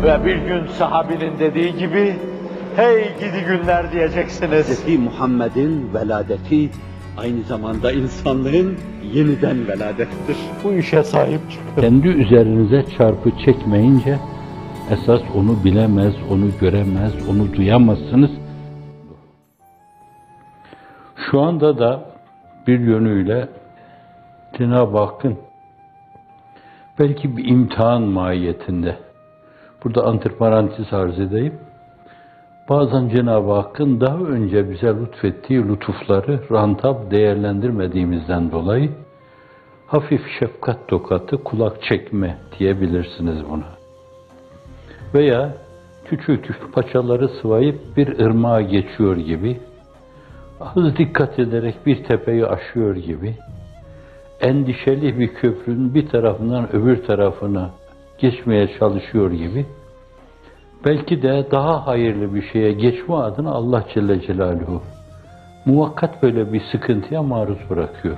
Ve bir gün sahabinin dediği gibi, hey gidi günler diyeceksiniz. Hz. Muhammed'in veladeti aynı zamanda insanlığın yeniden veladettir. Bu işe sahip çıkın. Kendi üzerinize çarpı çekmeyince, esas onu bilemez, onu göremez, onu duyamazsınız. Şu anda da bir yönüyle Cenab-ı Hakk'ın belki bir imtihan mahiyetinde, burada antiparantez arz edeyim, bazen Cenab-ı Hakk'ın daha önce bize lütfettiği lütufları rantab değerlendirmediğimizden dolayı hafif şefkat tokatı, kulak çekme diyebilirsiniz buna. Veya küçük paçaları sıvayıp bir ırmağa geçiyor gibi, az dikkat ederek bir tepeyi aşıyor gibi, endişeli bir köprünün bir tarafından öbür tarafına geçmeye çalışıyor gibi, belki de daha hayırlı bir şeye geçme adına Allah Celle Celaluhu muvakkat böyle bir sıkıntıya maruz bırakıyor.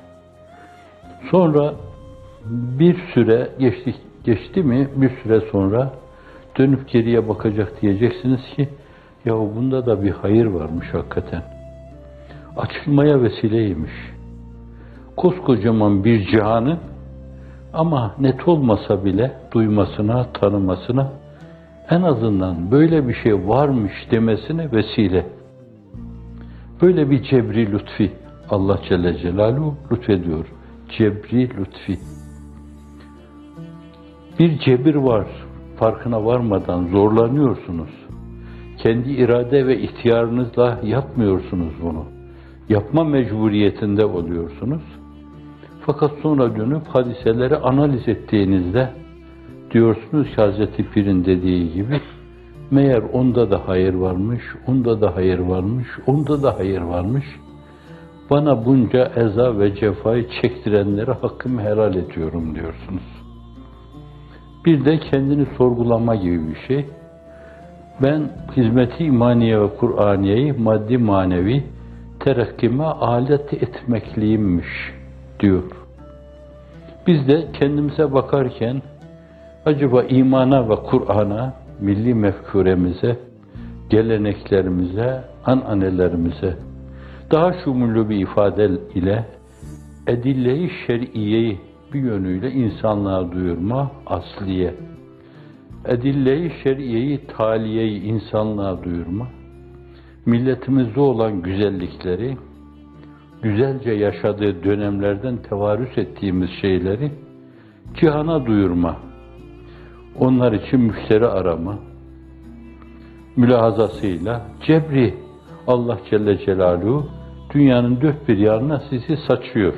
Sonra bir süre geçti mi, bir süre sonra dönüp geriye bakacak, diyeceksiniz ki ya bunda da bir hayır varmış hakikaten. Açılmaya vesileymiş. Koskocaman bir cihanı ama net olmasa bile duymasına, tanımasına, en azından böyle bir şey varmış demesine vesile. Böyle bir cebri lütfi Allah Celle Celaluhu lütfediyor. Cebri lütfi. Bir cebir var, farkına varmadan zorlanıyorsunuz. Kendi irade ve ihtiyarınızla yapmıyorsunuz bunu. Yapma mecburiyetinde oluyorsunuz. Fakat sonra dönüp hadiseleri analiz ettiğinizde diyorsunuz ki Hazreti Pir'in dediği gibi, meğer onda da hayır varmış, onda da hayır varmış, onda da hayır varmış. Bana bunca eza ve cefayı çektirenlere hakkımı helal ediyorum diyorsunuz. Bir de kendini sorgulama gibi bir şey. Ben hizmeti imaniye ve Kur'aniyeyi maddi manevi terakkime alet etmekliyimmiş diyor. Biz de kendimize bakarken acaba imana ve Kur'an'a, milli mefkuremize, geleneklerimize, ananelerimize daha şumullu bir ifade ile edille-i şer'iyeyi bir yönüyle insanlığa duyurma, asliye, edille-i şer'iyeyi, taliyeyi insanlığa duyurma, milletimizde olan güzellikleri, güzelce yaşadığı dönemlerden tevarüs ettiğimiz şeyleri cihana duyurma, onlar için müşteri arama, mülahazasıyla cebri Allah Celle Celaluhu dünyanın dört bir yanına sizi saçıyor.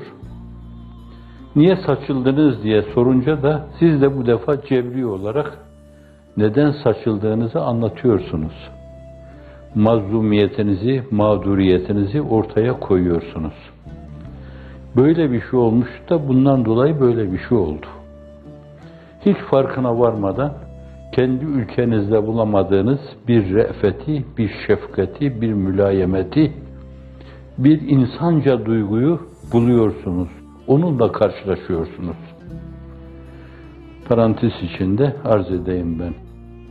Niye saçıldınız diye sorunca da siz de bu defa cebri olarak neden saçıldığınızı anlatıyorsunuz. Mazlumiyetinizi, mağduriyetinizi ortaya koyuyorsunuz. Böyle bir şey olmuş da bundan dolayı böyle bir şey oldu. Hiç farkına varmadan kendi ülkenizde bulamadığınız bir re'feti, bir şefkati, bir mülayemeti, bir insanca duyguyu buluyorsunuz. Onunla karşılaşıyorsunuz. Parantez içinde arz edeyim ben.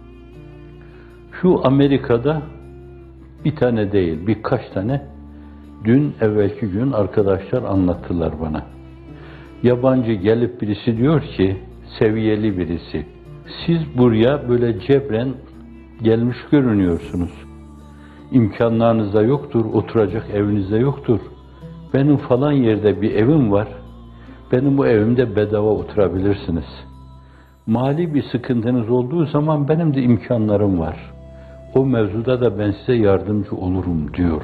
Şu Amerika'da bir tane değil, birkaç tane dün evvelki gün arkadaşlar anlattılar bana. Yabancı gelip birisi diyor ki, seviyeli birisi, siz buraya böyle cebren gelmiş görünüyorsunuz. İmkanlarınız da yoktur, oturacak eviniz de yoktur. Benim falan yerde bir evim var, benim bu evimde bedava oturabilirsiniz. Mali bir sıkıntınız olduğu zaman benim de imkanlarım var. O mevzuda da ben size yardımcı olurum diyor.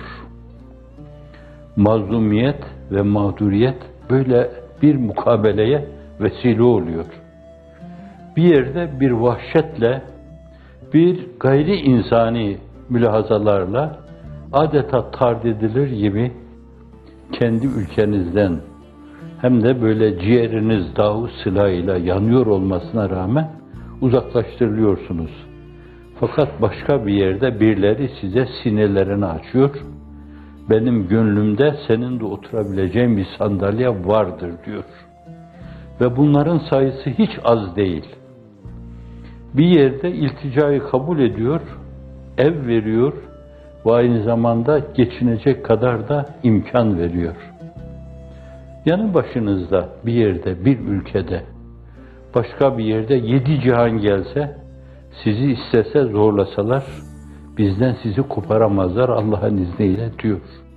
Mazlumiyet ve mağduriyet böyle bir mukabeleye vesile oluyor. Bir yerde bir vahşetle, bir gayri insani mülahazalarla adeta tard edilir gibi kendi ülkenizden hem de böyle ciğeriniz dağı silahıyla yanıyor olmasına rağmen uzaklaştırılıyorsunuz. Fakat başka bir yerde birileri size sinirlerini açıyor. Benim gönlümde senin de oturabileceğin bir sandalye vardır diyor. Ve bunların sayısı hiç az değil. Bir yerde ilticayı kabul ediyor, ev veriyor ve aynı zamanda geçinecek kadar da imkan veriyor. Yanı başınızda bir yerde, bir ülkede, başka bir yerde 7 cihan gelse, sizi istese zorlasalar, bizden sizi koparamazlar Allah'ın izniyle diyor.